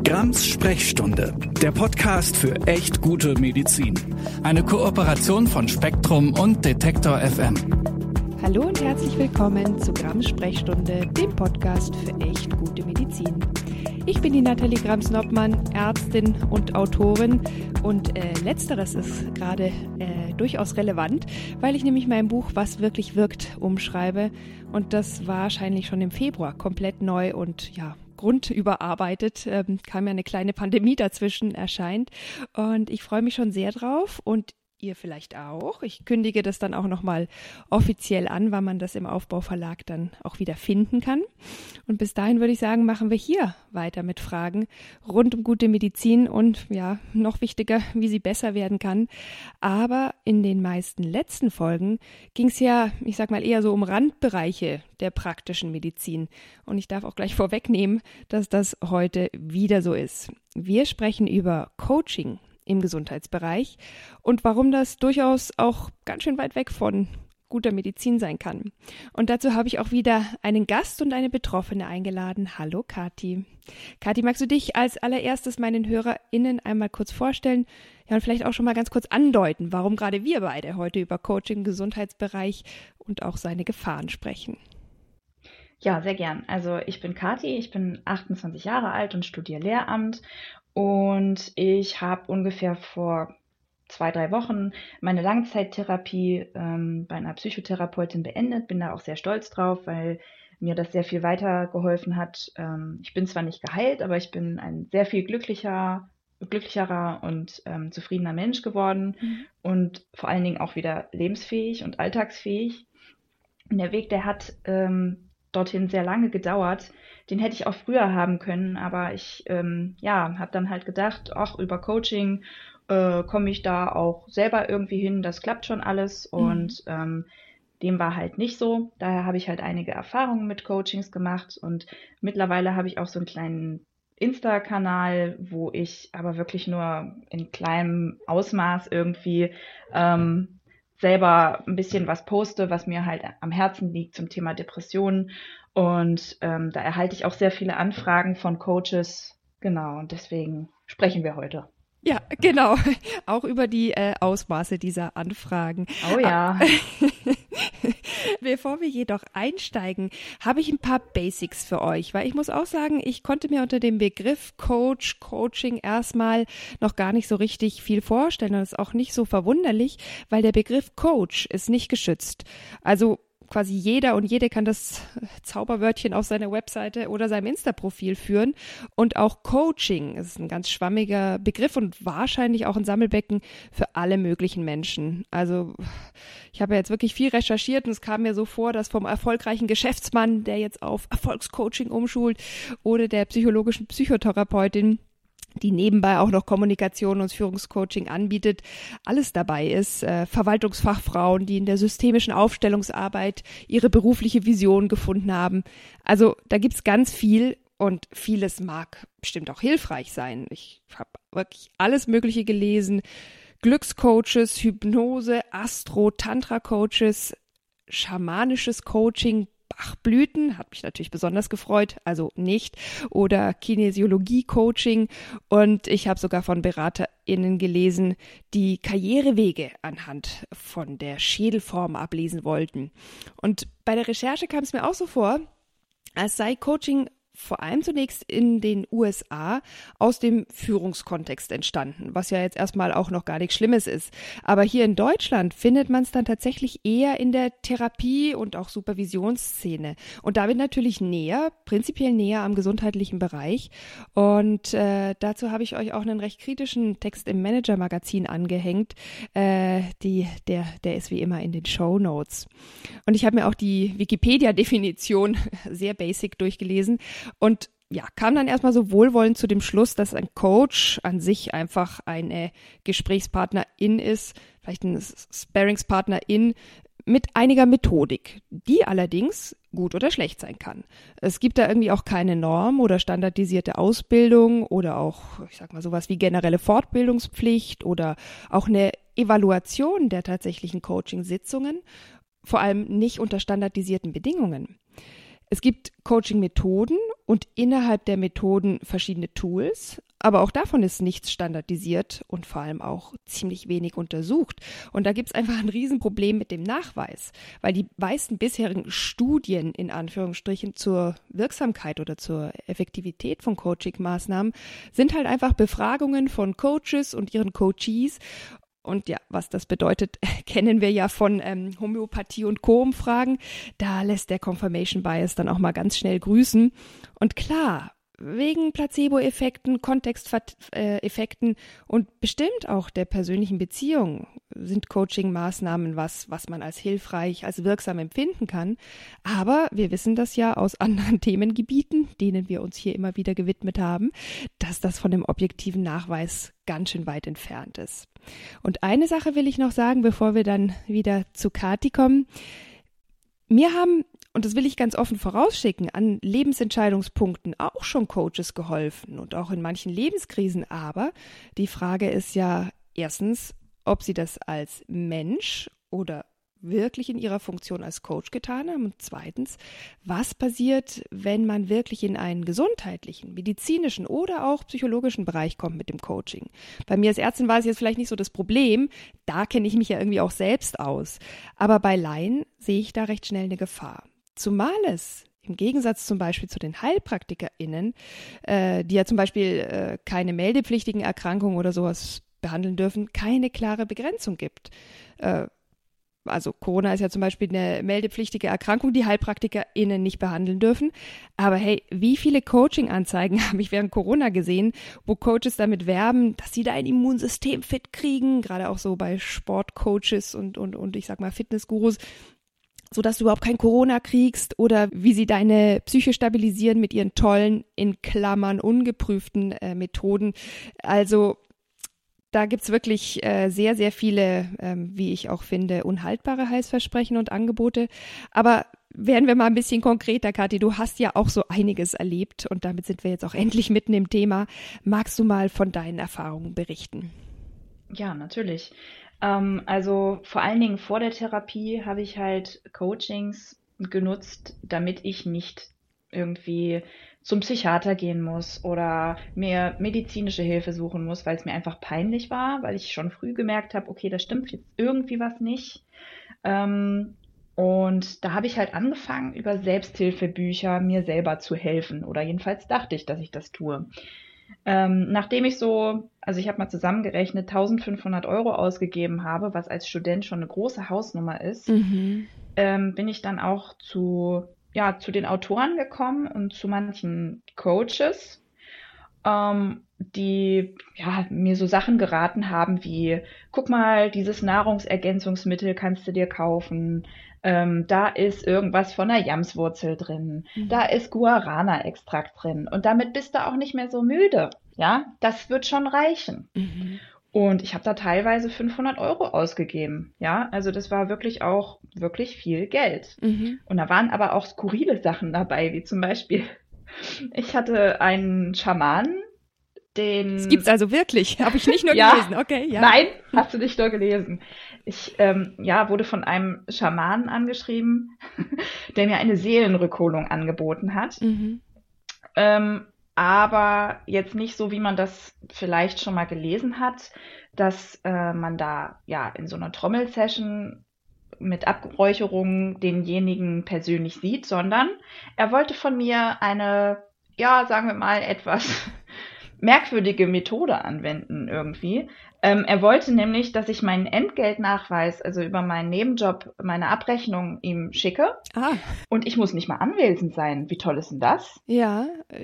Grams Sprechstunde, der Podcast für echt gute Medizin. Eine Kooperation von Spektrum und Detektor FM. Hallo und herzlich willkommen zu Grams Sprechstunde, dem Podcast für echt gute Medizin. Ich bin die Nathalie Grams-Noppmann, Ärztin und Autorin und letzteres ist gerade durchaus relevant, weil ich nämlich mein Buch Was wirklich wirkt umschreibe und das war wahrscheinlich schon im Februar komplett neu und grundüberarbeitet, kam ja eine kleine Pandemie dazwischen, erscheint und ich freue mich schon sehr drauf und ihr vielleicht auch. Ich kündige das dann auch nochmal offiziell an, weil man das im Aufbauverlag dann auch wieder finden kann. Und bis dahin würde ich sagen, machen wir hier weiter mit Fragen rund um gute Medizin und ja, noch wichtiger, wie sie besser werden kann. Aber in den meisten letzten Folgen ging es ja, ich sag mal, eher so um Randbereiche der praktischen Medizin. Und ich darf auch gleich vorwegnehmen, dass das heute wieder so ist. Wir sprechen über Coaching im Gesundheitsbereich und warum das durchaus auch ganz schön weit weg von guter Medizin sein kann. Und dazu habe ich auch wieder einen Gast und eine Betroffene eingeladen. Hallo Kathi. Kathi, magst du dich als allererstes meinen HörerInnen einmal kurz vorstellen? Ja, und vielleicht auch schon mal ganz kurz andeuten, warum gerade wir beide heute über Coaching im Gesundheitsbereich und auch seine Gefahren sprechen. Ja, sehr gern. Also ich bin Kathi, ich bin 28 Jahre alt und studiere Lehramt. Und ich habe ungefähr vor 2-3 Wochen meine Langzeittherapie bei einer Psychotherapeutin beendet. Bin da auch sehr stolz drauf, weil mir das sehr viel weitergeholfen hat. Ich bin zwar nicht geheilt, aber ich bin ein sehr viel glücklicherer und zufriedener Mensch geworden und vor allen Dingen auch wieder lebensfähig und alltagsfähig. Und der Weg, der hat dorthin sehr lange gedauert. Den hätte ich auch früher haben können, aber ich habe dann halt gedacht, ach, über Coaching komme ich da auch selber irgendwie hin, das klappt schon alles und dem war halt nicht so. Daher habe ich halt einige Erfahrungen mit Coachings gemacht und mittlerweile habe ich auch so einen kleinen Insta-Kanal, wo ich aber wirklich nur in kleinem Ausmaß irgendwie selber ein bisschen was poste, was mir halt am Herzen liegt zum Thema Depressionen. Und da erhalte ich auch sehr viele Anfragen von Coaches. Genau, und deswegen sprechen wir heute. Ja, genau. Auch über die Ausmaße dieser Anfragen. Oh ja. Bevor wir jedoch einsteigen, habe ich ein paar Basics für euch, weil ich muss auch sagen, ich konnte mir unter dem Begriff Coaching erstmal noch gar nicht so richtig viel vorstellen. Und das ist auch nicht so verwunderlich, weil der Begriff Coach ist nicht geschützt. Also quasi jeder und jede kann das Zauberwörtchen auf seiner Webseite oder seinem Insta-Profil führen. Und auch Coaching ist ein ganz schwammiger Begriff und wahrscheinlich auch ein Sammelbecken für alle möglichen Menschen. Also ich habe jetzt wirklich viel recherchiert und es kam mir so vor, dass vom erfolgreichen Geschäftsmann, der jetzt auf Erfolgscoaching umschult, oder der psychologischen Psychotherapeutin, die nebenbei auch noch Kommunikation und Führungscoaching anbietet, alles dabei ist. Verwaltungsfachfrauen, die in der systemischen Aufstellungsarbeit ihre berufliche Vision gefunden haben. Also da gibt's ganz viel und vieles mag bestimmt auch hilfreich sein. Ich habe wirklich alles Mögliche gelesen. Glückscoaches, Hypnose, Astro, Tantra-Coaches, schamanisches Coaching, Bachblüten, hat mich natürlich besonders gefreut, also nicht, oder Kinesiologie-Coaching und ich habe sogar von BeraterInnen gelesen, die Karrierewege anhand von der Schädelform ablesen wollten. Und bei der Recherche kam es mir auch so vor, als sei Coaching vor allem zunächst in den USA aus dem Führungskontext entstanden, was ja jetzt erstmal auch noch gar nichts Schlimmes ist. Aber hier in Deutschland findet man es dann tatsächlich eher in der Therapie- und auch Supervisionsszene und damit natürlich prinzipiell näher am gesundheitlichen Bereich. Und dazu habe ich euch auch einen recht kritischen Text im Manager-Magazin angehängt. Der ist wie immer in den Shownotes. Und ich habe mir auch die Wikipedia-Definition sehr basic durchgelesen. Und ja, kam dann erstmal so wohlwollend zu dem Schluss, dass ein Coach an sich einfach eine Gesprächspartnerin ist, vielleicht ein Sparringspartnerin mit einiger Methodik, die allerdings gut oder schlecht sein kann. Es gibt da irgendwie auch keine Norm oder standardisierte Ausbildung oder auch, ich sag mal, sowas wie generelle Fortbildungspflicht oder auch eine Evaluation der tatsächlichen Coaching-Sitzungen, vor allem nicht unter standardisierten Bedingungen. Es gibt Coaching-Methoden und innerhalb der Methoden verschiedene Tools, aber auch davon ist nichts standardisiert und vor allem auch ziemlich wenig untersucht. Und da gibt es einfach ein Riesenproblem mit dem Nachweis, weil die meisten bisherigen Studien in Anführungsstrichen zur Wirksamkeit oder zur Effektivität von Coaching-Maßnahmen sind halt einfach Befragungen von Coaches und ihren Coachees. Und ja, was das bedeutet, kennen wir ja von Homöopathie und Co-Umfragen. Da lässt der Confirmation Bias dann auch mal ganz schnell grüßen. Und klar, wegen Placebo-Effekten, Kontexteffekten und bestimmt auch der persönlichen Beziehung sind Coaching-Maßnahmen was man als hilfreich, als wirksam empfinden kann. Aber wir wissen das ja aus anderen Themengebieten, denen wir uns hier immer wieder gewidmet haben, dass das von dem objektiven Nachweis ganz schön weit entfernt ist. Und eine Sache will ich noch sagen, bevor wir dann wieder zu Kathi kommen. Mir haben, und das will ich ganz offen vorausschicken, an Lebensentscheidungspunkten auch schon Coaches geholfen und auch in manchen Lebenskrisen. Aber die Frage ist ja erstens, ob sie das als Mensch oder wirklich in ihrer Funktion als Coach getan haben. Und zweitens, was passiert, wenn man wirklich in einen gesundheitlichen, medizinischen oder auch psychologischen Bereich kommt mit dem Coaching? Bei mir als Ärztin war es jetzt vielleicht nicht so das Problem, da kenne ich mich ja irgendwie auch selbst aus. Aber bei Laien sehe ich da recht schnell eine Gefahr. Zumal es im Gegensatz zum Beispiel zu den HeilpraktikerInnen, die ja zum Beispiel keine meldepflichtigen Erkrankungen oder sowas behandeln dürfen, keine klare Begrenzung gibt. Also Corona ist ja zum Beispiel eine meldepflichtige Erkrankung, die HeilpraktikerInnen nicht behandeln dürfen. Aber hey, wie viele Coaching-Anzeigen habe ich während Corona gesehen, wo Coaches damit werben, dass sie dein Immunsystem fit kriegen, gerade auch so bei Sportcoaches und ich sag mal Fitnessgurus, sodass du überhaupt kein Corona kriegst, oder wie sie deine Psyche stabilisieren mit ihren tollen, in Klammern ungeprüften Methoden. Also da gibt's wirklich sehr, sehr viele, wie ich auch finde, unhaltbare Heilsversprechen und Angebote. Aber werden wir mal ein bisschen konkreter, Kathi. Du hast ja auch so einiges erlebt und damit sind wir jetzt auch endlich mitten im Thema. Magst du mal von deinen Erfahrungen berichten? Ja, natürlich. Also vor allen Dingen vor der Therapie habe ich halt Coachings genutzt, damit ich nicht irgendwie zum Psychiater gehen muss oder mir medizinische Hilfe suchen muss, weil es mir einfach peinlich war, weil ich schon früh gemerkt habe, okay, da stimmt jetzt irgendwie was nicht. Und da habe ich halt angefangen, über Selbsthilfebücher mir selber zu helfen. Oder jedenfalls dachte ich, dass ich das tue. Nachdem ich also ich habe mal zusammengerechnet, 1.500 € ausgegeben habe, was als Student schon eine große Hausnummer ist, bin ich dann auch zu den Autoren gekommen und zu manchen Coaches, die mir so Sachen geraten haben wie, guck mal, dieses Nahrungsergänzungsmittel kannst du dir kaufen, da ist irgendwas von der Jamswurzel drin, da ist Guarana-Extrakt drin und damit bist du auch nicht mehr so müde, ja, das wird schon reichen. Und ich habe da teilweise 500 € ausgegeben, ja, also das war wirklich auch wirklich viel Geld. Und da waren aber auch skurrile Sachen dabei, wie zum Beispiel, ich hatte einen Schamanen, Das gibt's also wirklich, habe ich nicht nur gelesen, okay, ja. Nein, hast du nicht nur gelesen. Ich wurde von einem Schamanen angeschrieben, der mir eine Seelenrückholung angeboten hat. Aber jetzt nicht so, wie man das vielleicht schon mal gelesen hat, dass man da in so einer Trommelsession mit Abräucherung denjenigen persönlich sieht, sondern er wollte von mir eine, sagen wir mal, etwas merkwürdige Methode anwenden irgendwie. Er wollte nämlich, dass ich meinen Entgeltnachweis, also über meinen Nebenjob, meine Abrechnung ihm schicke. Und ich muss nicht mal anwesend sein. Wie toll ist denn das? Ja.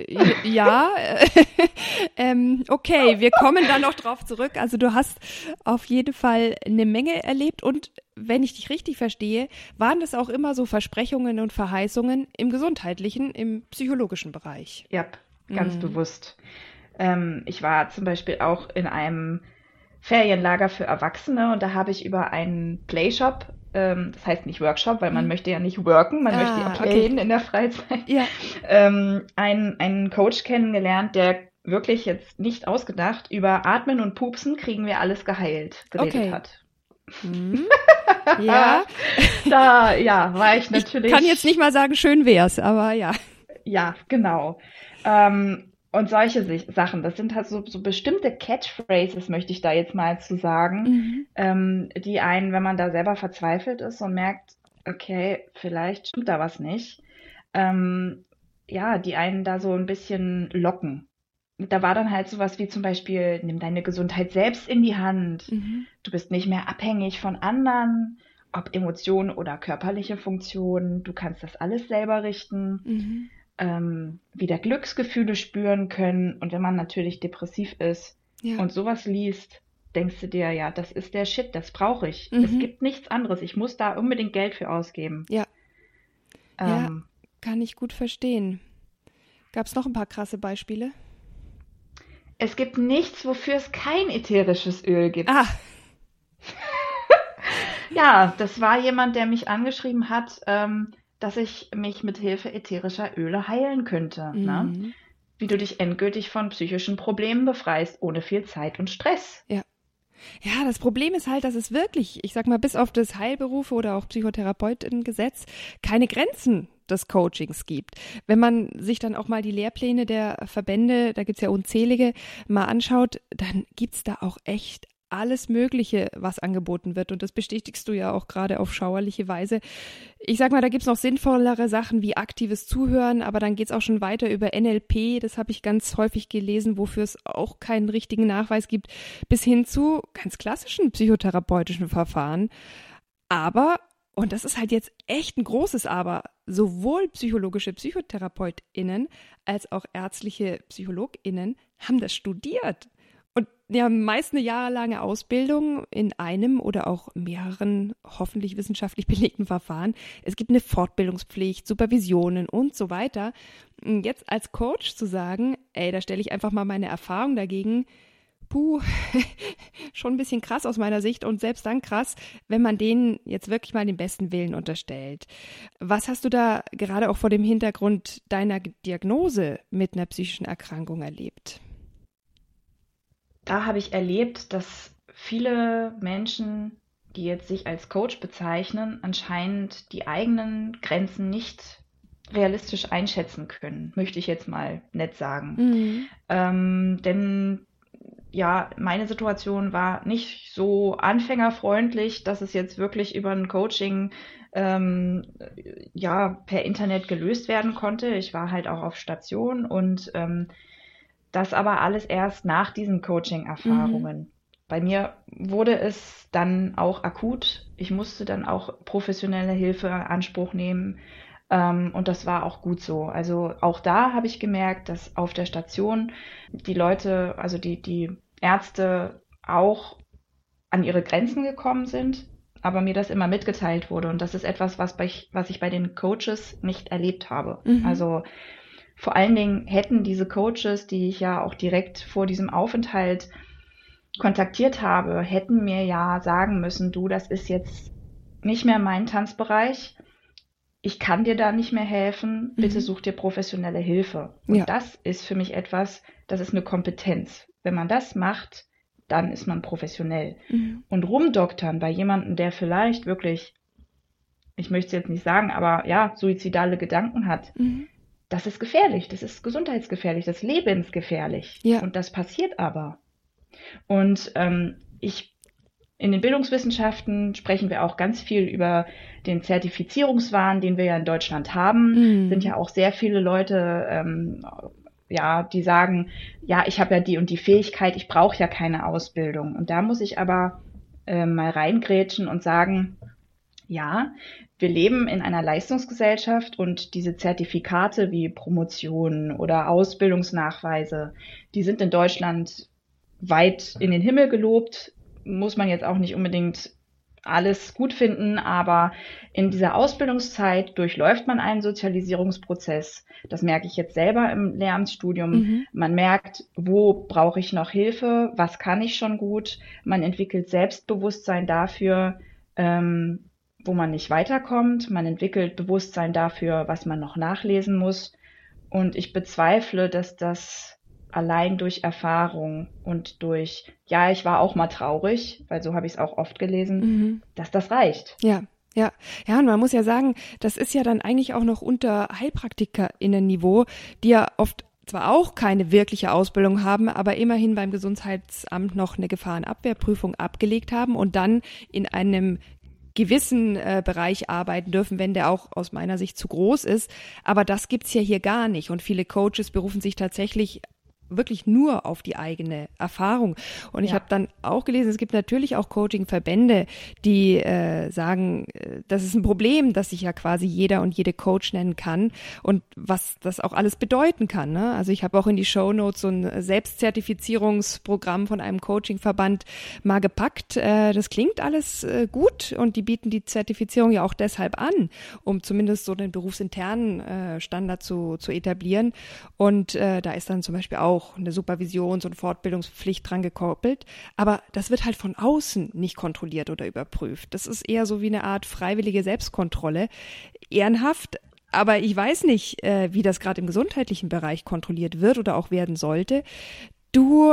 Okay, wir kommen da noch drauf zurück. Also du hast auf jeden Fall eine Menge erlebt und wenn ich dich richtig verstehe, waren das auch immer so Versprechungen und Verheißungen im gesundheitlichen, im psychologischen Bereich. Ja, ganz bewusst. Ich war zum Beispiel auch in einem Ferienlager für Erwachsene und da habe ich über einen Playshop, das heißt nicht Workshop, weil man möchte ja nicht worken, man möchte ja playen in der Freizeit, einen Coach kennengelernt, der wirklich jetzt nicht ausgedacht über Atmen und Pupsen kriegen wir alles geheilt geredet hat. Ja. Da, ja, war ich natürlich. Ich kann jetzt nicht mal sagen, schön wär's, aber ja. Ja, genau. Und solche Sachen, das sind halt so bestimmte Catchphrases, möchte ich da jetzt mal zu sagen, die einen, wenn man da selber verzweifelt ist und merkt, okay, vielleicht stimmt da was nicht, ja, die einen da so ein bisschen locken. Da war dann halt sowas wie zum Beispiel, nimm deine Gesundheit selbst in die Hand. Du bist nicht mehr abhängig von anderen, ob Emotionen oder körperliche Funktionen. Du kannst das alles selber richten. Wieder Glücksgefühle spüren können. Und wenn man natürlich depressiv ist Ja. und sowas liest, denkst du dir, ja, das ist der Shit, das brauche ich. Es gibt nichts anderes. Ich muss da unbedingt Geld für ausgeben. Ja. Ja, kann ich gut verstehen. Gab es noch ein paar krasse Beispiele? Es gibt nichts, wofür es kein ätherisches Öl gibt. Ah, Ja, das war jemand, der mich angeschrieben hat, dass ich mich mit Hilfe ätherischer Öle heilen könnte. Ne? Wie du dich endgültig von psychischen Problemen befreist, ohne viel Zeit und Stress. ja. Ja, das Problem ist halt, dass es wirklich, ich sag mal, bis auf das Heilberufe oder auch Psychotherapeutinnengesetz keine Grenzen des Coachings gibt. Wenn man sich dann auch mal die Lehrpläne der Verbände, da gibt's ja unzählige, mal anschaut, dann gibt's da auch echt alles Mögliche, was angeboten wird. Und das bestätigst du ja auch gerade auf schauerliche Weise. Ich sag mal, da gibt's noch sinnvollere Sachen wie aktives Zuhören, aber dann geht's auch schon weiter über NLP, das habe ich ganz häufig gelesen, wofür es auch keinen richtigen Nachweis gibt, bis hin zu ganz klassischen psychotherapeutischen Verfahren. Aber, und das ist halt jetzt echt ein großes Aber, sowohl psychologische PsychotherapeutInnen als auch ärztliche PsychologInnen haben das studiert. Und die haben meist eine jahrelange Ausbildung in einem oder auch mehreren hoffentlich wissenschaftlich belegten Verfahren. Es gibt eine Fortbildungspflicht, Supervisionen und so weiter. Und jetzt als Coach zu sagen, ey, da stelle ich einfach mal meine Erfahrung dagegen, schon ein bisschen krass aus meiner Sicht und selbst dann krass, wenn man denen jetzt wirklich mal den besten Willen unterstellt. Was hast du da gerade auch vor dem Hintergrund deiner Diagnose mit einer psychischen Erkrankung erlebt? Da habe ich erlebt, dass viele Menschen, die jetzt sich als Coach bezeichnen, anscheinend die eigenen Grenzen nicht realistisch einschätzen können, möchte ich jetzt mal nett sagen. Denn ja, meine Situation war nicht so anfängerfreundlich, dass es jetzt wirklich über ein Coaching ja, per Internet gelöst werden konnte. Ich war halt auch auf Station und das aber alles erst nach diesen Coaching-Erfahrungen. Bei mir wurde es dann auch akut. Ich musste dann auch professionelle Hilfe in Anspruch nehmen. Und das war auch gut so. Also auch da habe ich gemerkt, dass auf der Station die Leute, also die Ärzte auch an ihre Grenzen gekommen sind, aber mir das immer mitgeteilt wurde. Und das ist etwas, was ich bei den Coaches nicht erlebt habe. Also vor allen Dingen hätten diese Coaches, die ich ja auch direkt vor diesem Aufenthalt kontaktiert habe, hätten mir ja sagen müssen, du, das ist jetzt nicht mehr mein Tanzbereich. Ich kann dir da nicht mehr helfen. Bitte such dir professionelle Hilfe. Und das ist für mich etwas, das ist eine Kompetenz. Wenn man das macht, dann ist man professionell. Und rumdoktern bei jemandem, der vielleicht wirklich, ich möchte es jetzt nicht sagen, aber ja, suizidale Gedanken hat, das ist gefährlich, das ist gesundheitsgefährlich, das ist lebensgefährlich. Ja. Und das passiert aber. Und in den Bildungswissenschaften sprechen wir auch ganz viel über den Zertifizierungswahn, den wir ja in Deutschland haben. Sind ja auch sehr viele Leute, ja, die sagen, ja, ich habe ja die und die Fähigkeit, ich brauche ja keine Ausbildung. Und da muss ich aber mal reingrätschen und sagen, ja, wir leben in einer Leistungsgesellschaft und diese Zertifikate wie Promotionen oder Ausbildungsnachweise, die sind in Deutschland weit in den Himmel gelobt. Muss man jetzt auch nicht unbedingt alles gut finden, aber in dieser Ausbildungszeit durchläuft man einen Sozialisierungsprozess. Das merke ich jetzt selber im Lehramtsstudium. Man merkt, wo brauche ich noch Hilfe, was kann ich schon gut. Man entwickelt Selbstbewusstsein dafür, wo man nicht weiterkommt. Man entwickelt Bewusstsein dafür, was man noch nachlesen muss. Und ich bezweifle, dass das allein durch Erfahrung und durch, ja, ich war auch mal traurig, weil so habe ich es auch oft gelesen, dass das reicht. Ja. Ja, ja, und man muss ja sagen, das ist ja dann eigentlich auch noch unter HeilpraktikerInnen-Niveau, die ja oft zwar auch keine wirkliche Ausbildung haben, aber immerhin beim Gesundheitsamt noch eine Gefahrenabwehrprüfung abgelegt haben und dann in einem gewissen Bereich arbeiten dürfen, wenn der auch aus meiner Sicht zu groß ist. Aber das gibt's ja hier gar nicht. Und viele Coaches berufen sich tatsächlich wirklich nur auf die eigene Erfahrung. Und ich habe dann auch gelesen, es gibt natürlich auch Coaching-Verbände, die sagen, das ist ein Problem, dass sich ja quasi jeder und jede Coach nennen kann und was das auch alles bedeuten kann. Ne? Also ich habe auch in die Shownotes so ein Selbstzertifizierungsprogramm von einem Coaching-Verband mal gepackt. Das klingt alles gut und die bieten die Zertifizierung ja auch deshalb an, um zumindest so den berufsinternen Standard zu etablieren. Und da ist dann zum Beispiel auch eine Supervisions- und Fortbildungspflicht dran gekoppelt. Aber das wird halt von außen nicht kontrolliert oder überprüft. Das ist eher so wie eine Art freiwillige Selbstkontrolle. Ehrenhaft, aber ich weiß nicht, wie das gerade im gesundheitlichen Bereich kontrolliert wird oder auch werden sollte. Du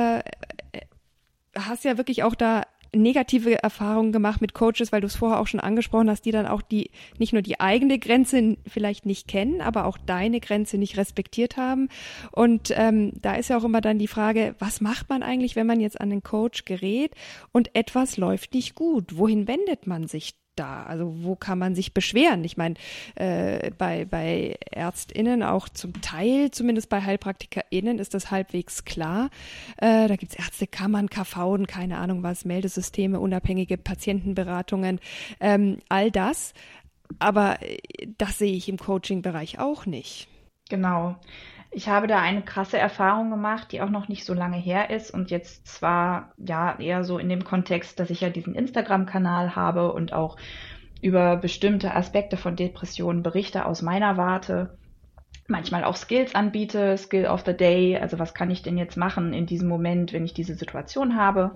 hast ja wirklich auch da negative Erfahrungen gemacht mit Coaches, weil du es vorher auch schon angesprochen hast, die dann auch die nicht nur die eigene Grenze vielleicht nicht kennen, aber auch deine Grenze nicht respektiert haben. Und da ist ja auch immer dann die Frage, was macht man eigentlich, wenn man jetzt an den Coach gerät und etwas läuft nicht gut? Wohin wendet man sich da? Also wo kann man sich beschweren? Ich meine, bei ÄrztInnen auch zum Teil, zumindest bei HeilpraktikerInnen ist das halbwegs klar. Da gibt's Ärztekammern, KV, keine Ahnung was, Meldesysteme, unabhängige Patientenberatungen, all das. Aber das sehe ich im Coaching-Bereich auch nicht. Genau. Ich habe da eine krasse Erfahrung gemacht, die auch noch nicht so lange her ist und jetzt zwar ja eher so in dem Kontext, dass ich ja diesen Instagram-Kanal habe und auch über bestimmte Aspekte von Depressionen berichte aus meiner Warte, manchmal auch Skills anbiete, Skill of the Day, also was kann ich denn jetzt machen in diesem Moment, wenn ich diese Situation habe.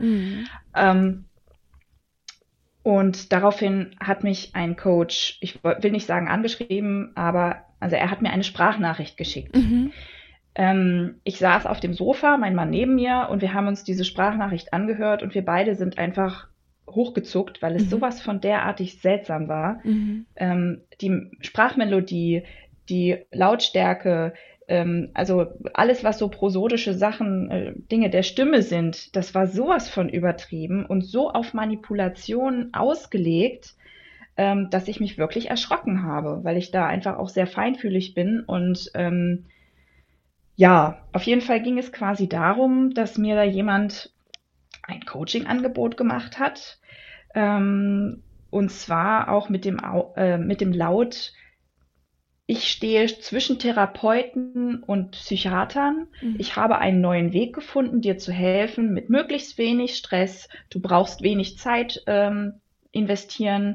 Und daraufhin hat mich ein Coach, ich will nicht sagen angeschrieben, aber also er hat mir eine Sprachnachricht geschickt. Ich saß auf dem Sofa, mein Mann neben mir und wir haben uns diese Sprachnachricht angehört und wir beide sind einfach hochgezuckt, weil es sowas von derartig seltsam war. Die Sprachmelodie, die Lautstärke, also alles, was so prosodische Sachen, Dinge der Stimme sind, das war sowas von übertrieben und so auf Manipulation ausgelegt, dass ich mich wirklich erschrocken habe, weil ich da einfach auch sehr feinfühlig bin. Und ja, auf jeden Fall ging es quasi darum, dass mir da jemand ein Coaching-Angebot gemacht hat. Und zwar auch mit dem Laut, ich stehe zwischen Therapeuten und Psychiatern. Ich habe einen neuen Weg gefunden, dir zu helfen mit möglichst wenig Stress. Du brauchst wenig Zeit investieren.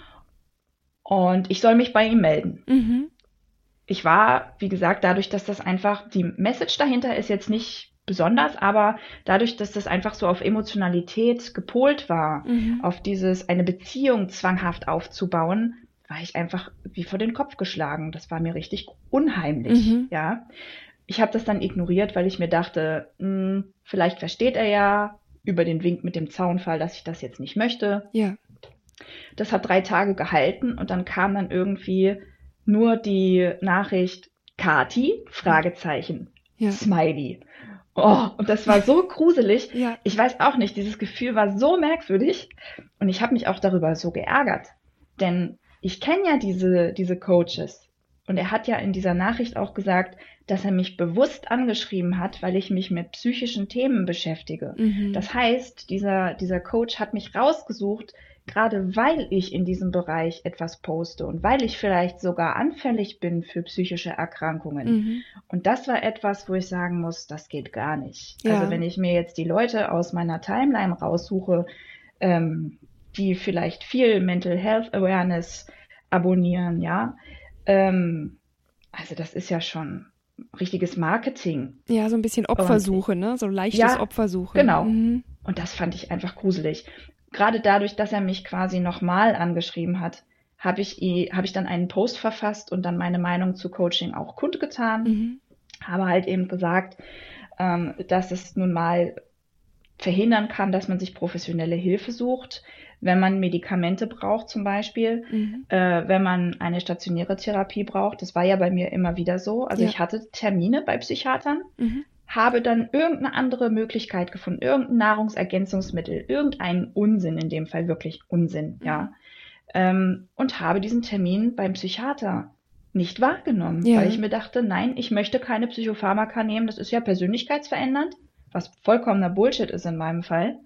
Und ich soll mich bei ihm melden. Ich war, wie gesagt, dadurch, dass das einfach, die Message dahinter ist jetzt nicht besonders, aber dadurch, dass das einfach so auf Emotionalität gepolt war, auf dieses, eine Beziehung zwanghaft aufzubauen, war ich einfach wie vor den Kopf geschlagen. Das war mir richtig unheimlich, ja. Ich habe das dann ignoriert, weil ich mir dachte, vielleicht versteht er ja über den Wink mit dem Zaunfall, dass ich das jetzt nicht möchte. Ja. Das hat 3 Tage gehalten und dann kam dann irgendwie nur die Nachricht Kati, Fragezeichen, Smiley. Oh, und das war so gruselig. Ja. Ich weiß auch nicht, dieses Gefühl war so merkwürdig und ich habe mich auch darüber so geärgert. Denn ich kenne ja diese Coaches und er hat ja in dieser Nachricht auch gesagt, dass er mich bewusst angeschrieben hat, weil ich mich mit psychischen Themen beschäftige. Das heißt, dieser Coach hat mich rausgesucht, gerade weil ich in diesem Bereich etwas poste und weil ich vielleicht sogar anfällig bin für psychische Erkrankungen. Und das war etwas, wo ich sagen muss, das geht gar nicht. Ja. Also wenn ich mir jetzt die Leute aus meiner Timeline raussuche, die vielleicht viel Mental Health Awareness abonnieren, ja, also das ist ja schon richtiges Marketing. Ja, so ein bisschen Opfersuche, ne? So leichtes Opfersuche. Genau. Und das fand ich einfach gruselig. Gerade dadurch, dass er mich quasi nochmal angeschrieben hat, habe ich dann einen Post verfasst und dann meine Meinung zu Coaching auch kundgetan. Habe halt eben gesagt, dass es nun mal verhindern kann, dass man sich professionelle Hilfe sucht, wenn man Medikamente braucht zum Beispiel, wenn man eine stationäre Therapie braucht. Das war ja bei mir immer wieder so. Also ich hatte Termine bei Psychiatern, habe dann irgendeine andere Möglichkeit gefunden, irgendein Nahrungsergänzungsmittel, irgendeinen Unsinn, in dem Fall wirklich Unsinn, ja, und habe diesen Termin beim Psychiater nicht wahrgenommen, weil ich mir dachte, nein, ich möchte keine Psychopharmaka nehmen, das ist ja persönlichkeitsverändernd, was vollkommener Bullshit ist in meinem Fall.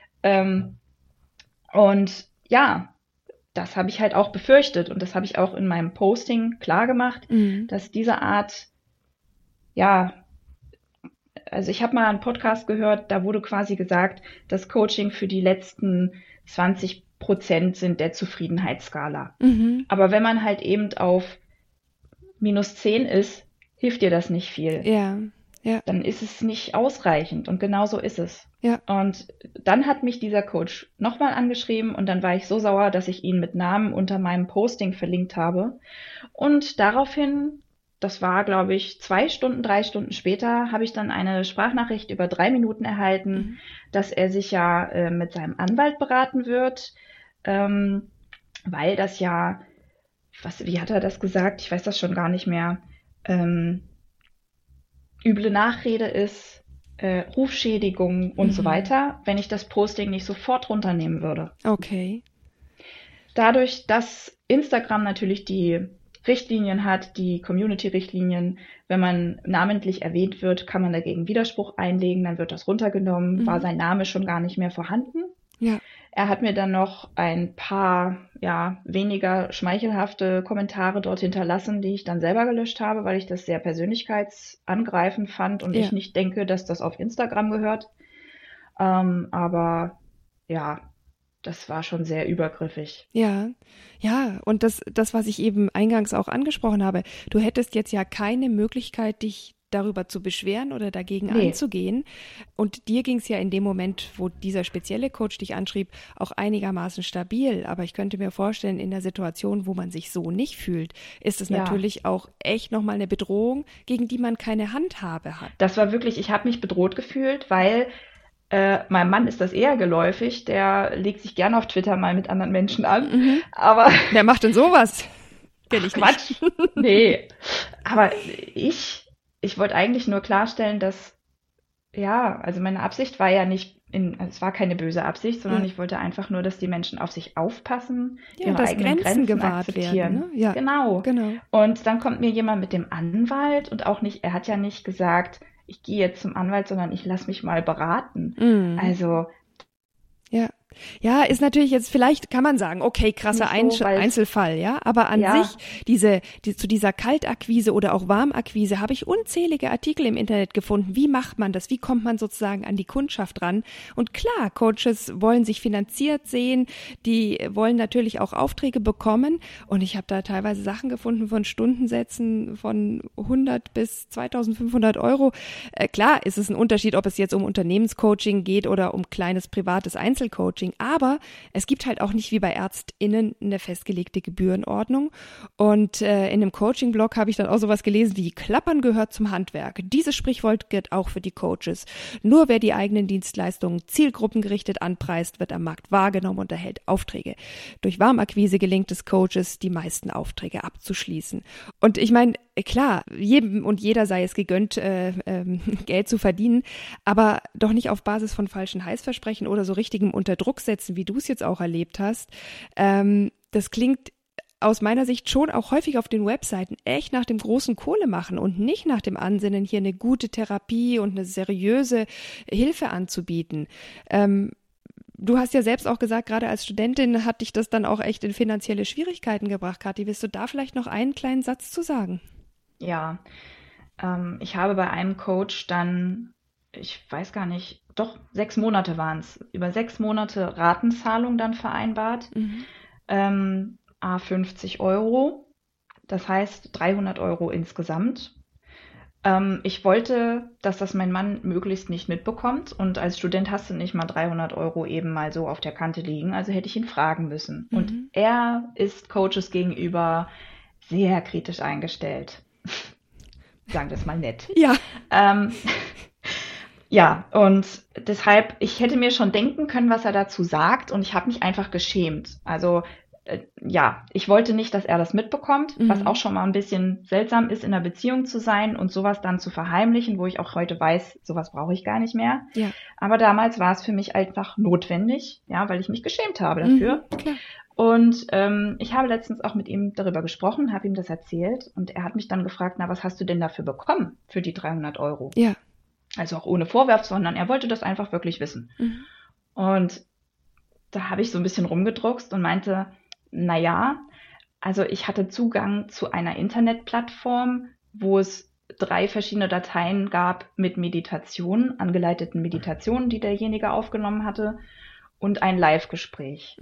Und ja, das habe ich halt auch befürchtet und das habe ich auch in meinem Posting klar gemacht, dass diese Art, ja, also ich habe mal einen Podcast gehört, da wurde quasi gesagt, dass Coaching für die letzten 20% sind der Zufriedenheitsskala. Aber wenn man halt eben auf -10 ist, hilft dir das nicht viel. Ja. Dann ist es nicht ausreichend und genau so ist es. Ja. Und dann hat mich dieser Coach nochmal angeschrieben und dann war ich so sauer, dass ich ihn mit Namen unter meinem Posting verlinkt habe. Und daraufhin, das war, glaube ich, 2 Stunden, 3 Stunden später, habe ich dann eine Sprachnachricht über 3 Minuten erhalten, dass er sich ja mit seinem Anwalt beraten wird, weil das ja, wie hat er das gesagt? Ich weiß das schon gar nicht mehr. Üble Nachrede ist, Rufschädigung und so weiter, wenn ich das Posting nicht sofort runternehmen würde. Okay. Dadurch, dass Instagram natürlich die Richtlinien hat, die Community-Richtlinien, wenn man namentlich erwähnt wird, kann man dagegen Widerspruch einlegen, dann wird das runtergenommen, war sein Name schon gar nicht mehr vorhanden. Ja. Er hat mir dann noch ein paar, weniger schmeichelhafte Kommentare dort hinterlassen, die ich dann selber gelöscht habe, weil ich das sehr persönlichkeitsangreifend fand und ich nicht denke, dass das auf Instagram gehört. Aber ja, das war schon sehr übergriffig. Ja, und das, was ich eben eingangs auch angesprochen habe, du hättest jetzt ja keine Möglichkeit, dich darüber zu beschweren oder dagegen anzugehen. Und dir ging es ja in dem Moment, wo dieser spezielle Coach dich anschrieb, auch einigermaßen stabil. Aber ich könnte mir vorstellen, in der Situation, wo man sich so nicht fühlt, ist es natürlich auch echt nochmal eine Bedrohung, gegen die man keine Handhabe hat. Das war wirklich, ich habe mich bedroht gefühlt, weil meinem Mann ist das eher geläufig. Der legt sich gerne auf Twitter mal mit anderen Menschen an. Aber wer macht denn sowas? Kenn ich Quatsch. Nicht. Nee. Aber ich wollte eigentlich nur klarstellen, dass, also meine Absicht war ja nicht, es war keine böse Absicht, sondern ich wollte einfach nur, dass die Menschen auf sich aufpassen, ihre dass eigenen Grenzen gewahrt akzeptieren. werden. Ne? Ja. Genau. Genau. Und dann kommt mir jemand mit dem Anwalt und auch nicht, er hat ja nicht gesagt, ich gehe jetzt zum Anwalt, sondern ich lasse mich mal beraten. Also. Ja, ist natürlich jetzt, vielleicht kann man sagen, okay, krasser Einzelfall, ja, aber an sich, zu dieser Kaltakquise oder auch Warmakquise habe ich unzählige Artikel im Internet gefunden. Wie macht man das? Wie kommt man sozusagen an die Kundschaft ran? Und klar, Coaches wollen sich finanziert sehen, die wollen natürlich auch Aufträge bekommen und ich habe da teilweise Sachen gefunden von Stundensätzen von 100 bis 2.500 Euro. Klar ist es ein Unterschied, ob es jetzt um Unternehmenscoaching geht oder um kleines privates Einzelcoaching. Aber es gibt halt auch nicht wie bei ÄrztInnen eine festgelegte Gebührenordnung. Und in einem Coaching-Blog habe ich dann auch sowas gelesen wie Klappern gehört zum Handwerk. Dieses Sprichwort gilt auch für die Coaches. Nur wer die eigenen Dienstleistungen zielgruppengerichtet anpreist, wird am Markt wahrgenommen und erhält Aufträge. Durch Warmakquise gelingt es Coaches, die meisten Aufträge abzuschließen. Und ich meine, klar, jedem und jeder sei es gegönnt, Geld zu verdienen, aber doch nicht auf Basis von falschen Heißversprechen oder so richtigem Unterdruck setzen, wie du es jetzt auch erlebt hast. Das klingt aus meiner Sicht schon auch häufig auf den Webseiten echt nach dem großen Kohle machen und nicht nach dem Ansinnen, hier eine gute Therapie und eine seriöse Hilfe anzubieten. Du hast ja selbst auch gesagt, gerade als Studentin hat dich das dann auch echt in finanzielle Schwierigkeiten gebracht. Kathi, willst du da vielleicht noch einen kleinen Satz zu sagen? Ja, ich habe bei einem Coach dann, ich weiß gar nicht, doch 6 Monate waren es, über 6 Monate Ratenzahlung dann vereinbart, à 50 Euro, das heißt 300 Euro insgesamt. Ich wollte, dass das mein Mann möglichst nicht mitbekommt und als Student hast du nicht mal 300 Euro eben mal so auf der Kante liegen, also hätte ich ihn fragen müssen. Und er ist Coaches gegenüber sehr kritisch eingestellt. Sagen wir es mal nett. Ja. Ja, und deshalb, ich hätte mir schon denken können, was er dazu sagt, und ich habe mich einfach geschämt. Also ja, ich wollte nicht, dass er das mitbekommt, was auch schon mal ein bisschen seltsam ist, in einer Beziehung zu sein und sowas dann zu verheimlichen, wo ich auch heute weiß, sowas brauche ich gar nicht mehr. Ja. Aber damals war es für mich einfach notwendig, ja, weil ich mich geschämt habe dafür. Klar. Und ich habe letztens auch mit ihm darüber gesprochen, habe ihm das erzählt, und er hat mich dann gefragt, na, was hast du denn dafür bekommen für die 300 Euro? Ja. Also auch ohne Vorwurf, sondern er wollte das einfach wirklich wissen. Und da habe ich so ein bisschen rumgedruckst und meinte, naja, also ich hatte Zugang zu einer Internetplattform, wo es 3 verschiedene Dateien gab mit Meditationen, angeleiteten Meditationen, die derjenige aufgenommen hatte, und ein Live-Gespräch.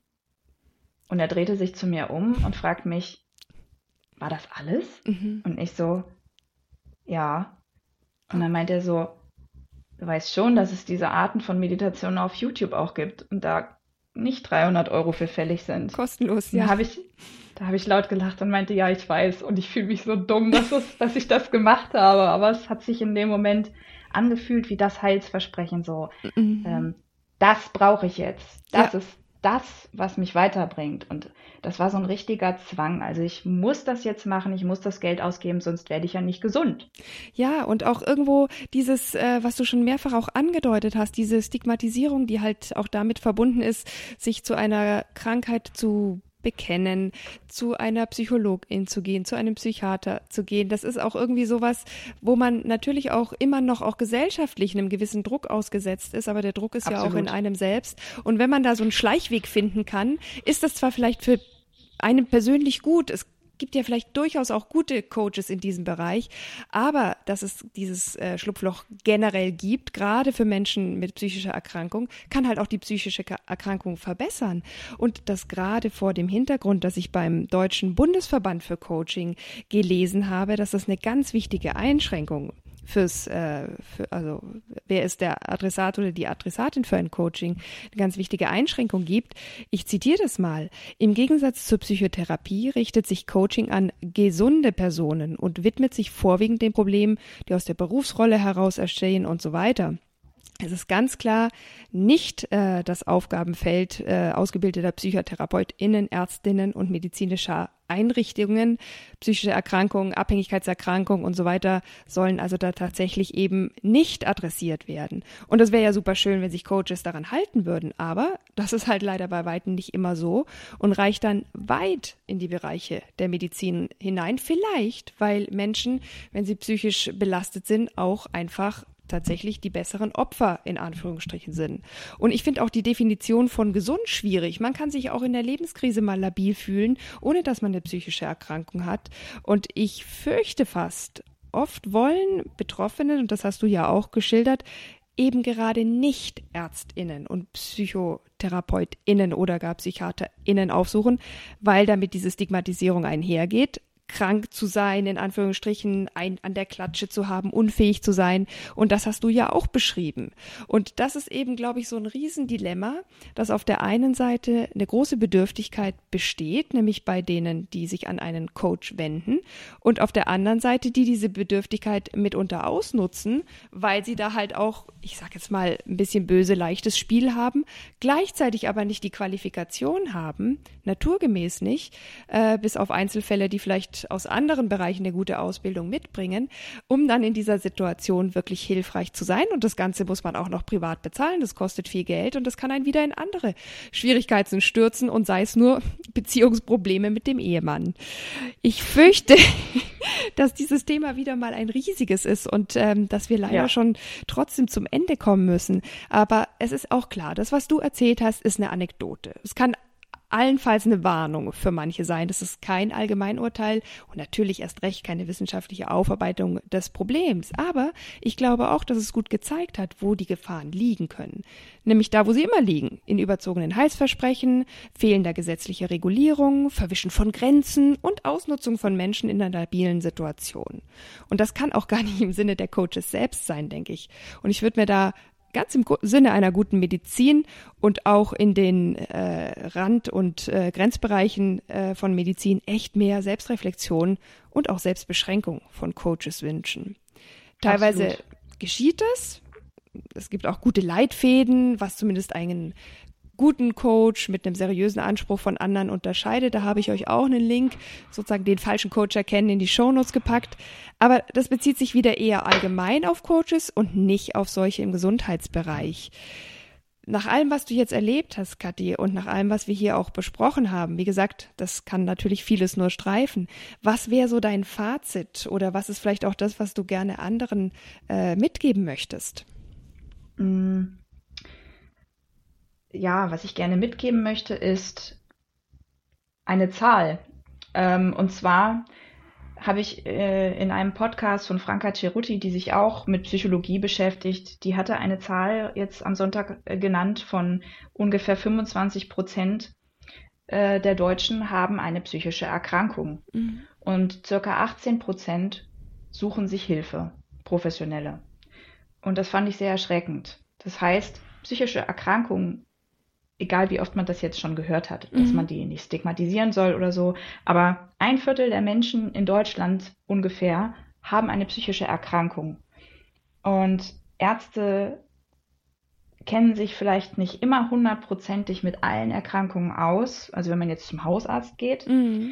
Und er drehte sich zu mir um und fragt mich, war das alles? Und ich so, ja. Und dann meint er so, du weißt schon, dass es diese Arten von Meditationen auf YouTube auch gibt und da nicht 300 Euro für fällig sind. Kostenlos, ja. Da habe ich laut gelacht und meinte, ja, ich weiß, und ich fühle mich so dumm, dass ich das gemacht habe. Aber es hat sich in dem Moment angefühlt wie das Heilsversprechen, so, das brauche ich jetzt. Das ist das, was mich weiterbringt. Und das war so ein richtiger Zwang. Also ich muss das jetzt machen, ich muss das Geld ausgeben, sonst werde ich ja nicht gesund. Ja, und auch irgendwo dieses, was du schon mehrfach auch angedeutet hast, diese Stigmatisierung, die halt auch damit verbunden ist, sich zu einer Krankheit zu bekennen, zu einer Psychologin zu gehen, zu einem Psychiater zu gehen. Das ist auch irgendwie sowas, wo man natürlich auch immer noch auch gesellschaftlich einem gewissen Druck ausgesetzt ist, aber der Druck ist ja auch in einem selbst. Und wenn man da so einen Schleichweg finden kann, ist das zwar vielleicht für einen persönlich gut, es gibt ja vielleicht durchaus auch gute Coaches in diesem Bereich, aber dass es dieses Schlupfloch generell gibt, gerade für Menschen mit psychischer Erkrankung, kann halt auch die psychische Erkrankung verbessern. Und das gerade vor dem Hintergrund, dass ich beim Deutschen Bundesverband für Coaching gelesen habe, dass das eine ganz wichtige Einschränkung also wer ist der Adressat oder die Adressatin für ein Coaching, eine ganz wichtige Einschränkung gibt. Ich zitiere das mal. Im Gegensatz zur Psychotherapie richtet sich Coaching an gesunde Personen und widmet sich vorwiegend den Problemen, die aus der Berufsrolle heraus entstehen und so weiter. Es ist ganz klar nicht das Aufgabenfeld ausgebildeter PsychotherapeutInnen, Ärztinnen und medizinischer Einrichtungen. Psychische Erkrankungen, Abhängigkeitserkrankungen und so weiter sollen also da tatsächlich eben nicht adressiert werden. Und das wäre ja super schön, wenn sich Coaches daran halten würden, aber das ist halt leider bei Weitem nicht immer so und reicht dann weit in die Bereiche der Medizin hinein. Vielleicht, weil Menschen, wenn sie psychisch belastet sind, auch einfach tatsächlich die besseren Opfer in Anführungsstrichen sind. Und ich finde auch die Definition von gesund schwierig. Man kann sich auch in der Lebenskrise mal labil fühlen, ohne dass man eine psychische Erkrankung hat. Und ich fürchte fast, oft wollen Betroffene, und das hast du ja auch geschildert, eben gerade nicht ÄrztInnen und PsychotherapeutInnen oder gar PsychiaterInnen aufsuchen, weil damit diese Stigmatisierung einhergeht, krank zu sein, in Anführungsstrichen, an der Klatsche zu haben, unfähig zu sein. Und das hast du ja auch beschrieben. Und das ist eben, glaube ich, so ein Riesendilemma, dass auf der einen Seite eine große Bedürftigkeit besteht, nämlich bei denen, die sich an einen Coach wenden, und auf der anderen Seite, die diese Bedürftigkeit mitunter ausnutzen, weil sie da halt auch, ich sage jetzt mal, ein bisschen böse, leichtes Spiel haben, gleichzeitig aber nicht die Qualifikation haben, naturgemäß nicht, bis auf Einzelfälle, die vielleicht aus anderen Bereichen eine gute Ausbildung mitbringen, um dann in dieser Situation wirklich hilfreich zu sein. Und das Ganze muss man auch noch privat bezahlen. Das kostet viel Geld und das kann einen wieder in andere Schwierigkeiten stürzen und sei es nur Beziehungsprobleme mit dem Ehemann. Ich fürchte, dass dieses Thema wieder mal ein riesiges ist und dass wir leider schon trotzdem zum Ende kommen müssen. Aber es ist auch klar, das, was du erzählt hast, ist eine Anekdote. Es kann allenfalls eine Warnung für manche sein. Das ist kein Allgemeinurteil und natürlich erst recht keine wissenschaftliche Aufarbeitung des Problems. Aber ich glaube auch, dass es gut gezeigt hat, wo die Gefahren liegen können. Nämlich da, wo sie immer liegen. In überzogenen Heilsversprechen, fehlender gesetzlicher Regulierung, Verwischen von Grenzen und Ausnutzung von Menschen in einer labilen Situation. Und das kann auch gar nicht im Sinne der Coaches selbst sein, denke ich. Und ich würde mir da ganz im Sinne einer guten Medizin und auch in den Rand- und Grenzbereichen von Medizin echt mehr Selbstreflexion und auch Selbstbeschränkung von Coaches wünschen. Teilweise geschieht es, es gibt auch gute Leitfäden, was zumindest einen guten Coach mit einem seriösen Anspruch von anderen unterscheidet. Da habe ich euch auch einen Link, sozusagen den falschen Coach erkennen, in die Shownotes gepackt. Aber das bezieht sich wieder eher allgemein auf Coaches und nicht auf solche im Gesundheitsbereich. Nach allem, was du jetzt erlebt hast, Kathi, und nach allem, was wir hier auch besprochen haben, wie gesagt, das kann natürlich vieles nur streifen. Was wäre so dein Fazit oder was ist vielleicht auch das, was du gerne anderen mitgeben möchtest? Ja, was ich gerne mitgeben möchte, ist eine Zahl. Und zwar habe ich in einem Podcast von Franca Cerutti, die sich auch mit Psychologie beschäftigt, die hatte eine Zahl jetzt am Sonntag genannt von ungefähr 25% der Deutschen haben eine psychische Erkrankung. Mhm. Und circa 18% suchen sich Hilfe, professionelle. Und das fand ich sehr erschreckend. Das heißt, psychische Erkrankungen, egal wie oft man das jetzt schon gehört hat, dass man die nicht stigmatisieren soll oder so, aber 1/4 der Menschen in Deutschland ungefähr haben eine psychische Erkrankung. Und Ärzte kennen sich vielleicht nicht immer 100%ig mit allen Erkrankungen aus, also wenn man jetzt zum Hausarzt geht,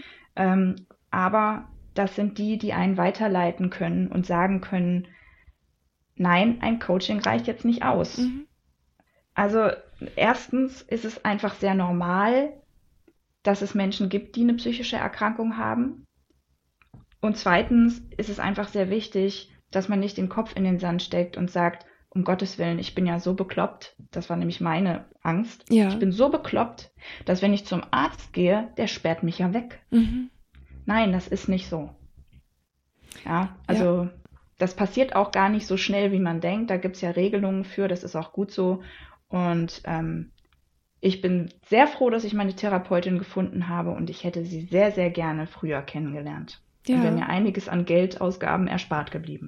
aber das sind die einen weiterleiten können und sagen können, nein, ein Coaching reicht jetzt nicht aus. Also erstens ist es einfach sehr normal, dass es Menschen gibt, die eine psychische Erkrankung haben. Und zweitens ist es einfach sehr wichtig, dass man nicht den Kopf in den Sand steckt und sagt, um Gottes Willen, ich bin ja so bekloppt. Das war nämlich meine Angst. Ja. Ich bin so bekloppt, dass wenn ich zum Arzt gehe, der sperrt mich ja weg. Nein, das ist nicht so. Ja, also das passiert auch gar nicht so schnell, wie man denkt. Da gibt es ja Regelungen für, das ist auch gut so. Und ich bin sehr froh, dass ich meine Therapeutin gefunden habe und ich hätte sie sehr, sehr gerne früher kennengelernt. Ja. Und wäre mir einiges an Geldausgaben erspart geblieben.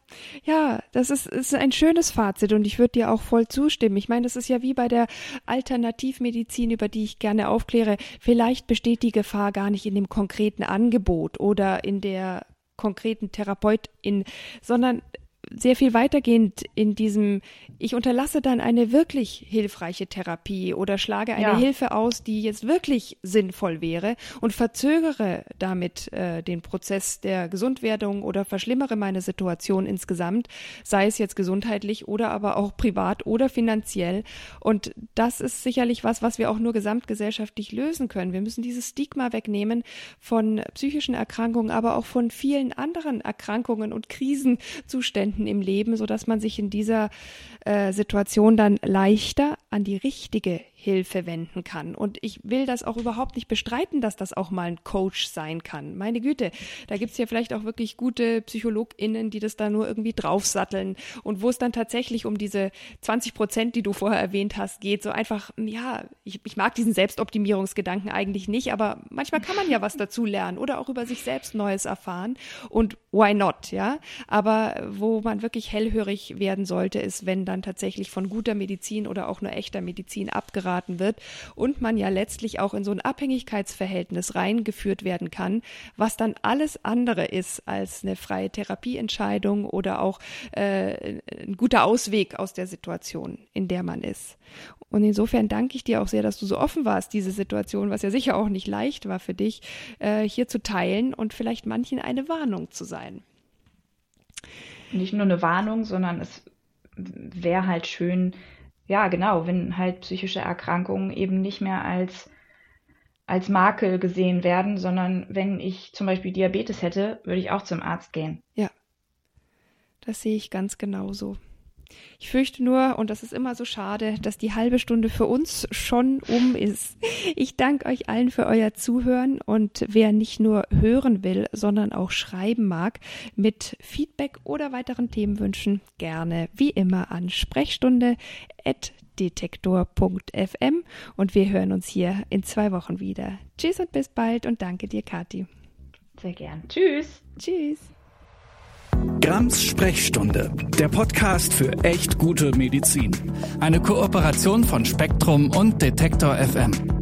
Ja, das ist ein schönes Fazit und ich würde dir auch voll zustimmen. Ich meine, das ist ja wie bei der Alternativmedizin, über die ich gerne aufkläre. Vielleicht besteht die Gefahr gar nicht in dem konkreten Angebot oder in der konkreten Therapeutin, sondern sehr viel weitergehend in diesem, ich unterlasse dann eine wirklich hilfreiche Therapie oder schlage eine Hilfe aus, die jetzt wirklich sinnvoll wäre und verzögere damit den Prozess der Gesundwerdung oder verschlimmere meine Situation insgesamt, sei es jetzt gesundheitlich oder aber auch privat oder finanziell. Und das ist sicherlich was wir auch nur gesamtgesellschaftlich lösen können. Wir müssen dieses Stigma wegnehmen von psychischen Erkrankungen, aber auch von vielen anderen Erkrankungen und Krisenzuständen im Leben, sodass man sich in dieser Situation dann leichter an die richtige Hilfe wenden kann. Und ich will das auch überhaupt nicht bestreiten, dass das auch mal ein Coach sein kann. Meine Güte, da gibt es ja vielleicht auch wirklich gute PsychologInnen, die das da nur irgendwie draufsatteln und wo es dann tatsächlich um diese 20%, die du vorher erwähnt hast, geht. So einfach, ich mag diesen Selbstoptimierungsgedanken eigentlich nicht, aber manchmal kann man ja was dazu lernen oder auch über sich selbst Neues erfahren und why not, ja? Aber wo man wirklich hellhörig werden sollte, ist, wenn dann tatsächlich von guter Medizin oder auch nur echter Medizin abgeraten wird und man ja letztlich auch in so ein Abhängigkeitsverhältnis reingeführt werden kann, was dann alles andere ist als eine freie Therapieentscheidung oder auch ein guter Ausweg aus der Situation, in der man ist. Und insofern danke ich dir auch sehr, dass du so offen warst, diese Situation, was ja sicher auch nicht leicht war für dich, hier zu teilen und vielleicht manchen eine Warnung zu sein. Nicht nur eine Warnung, sondern es wäre halt schön, ja genau, wenn halt psychische Erkrankungen eben nicht mehr als Makel gesehen werden, sondern wenn ich zum Beispiel Diabetes hätte, würde ich auch zum Arzt gehen. Ja, das sehe ich ganz genauso. Ich fürchte nur, und das ist immer so schade, dass die halbe Stunde für uns schon ist. Ich danke euch allen für euer Zuhören und wer nicht nur hören will, sondern auch schreiben mag, mit Feedback oder weiteren Themenwünschen gerne wie immer an sprechstunde@detektor.fm und wir hören uns hier in 2 Wochen wieder. Tschüss und bis bald und danke dir, Kathi. Sehr gern. Tschüss. Tschüss. Grams Sprechstunde, der Podcast für echt gute Medizin. Eine Kooperation von Spektrum und Detektor FM.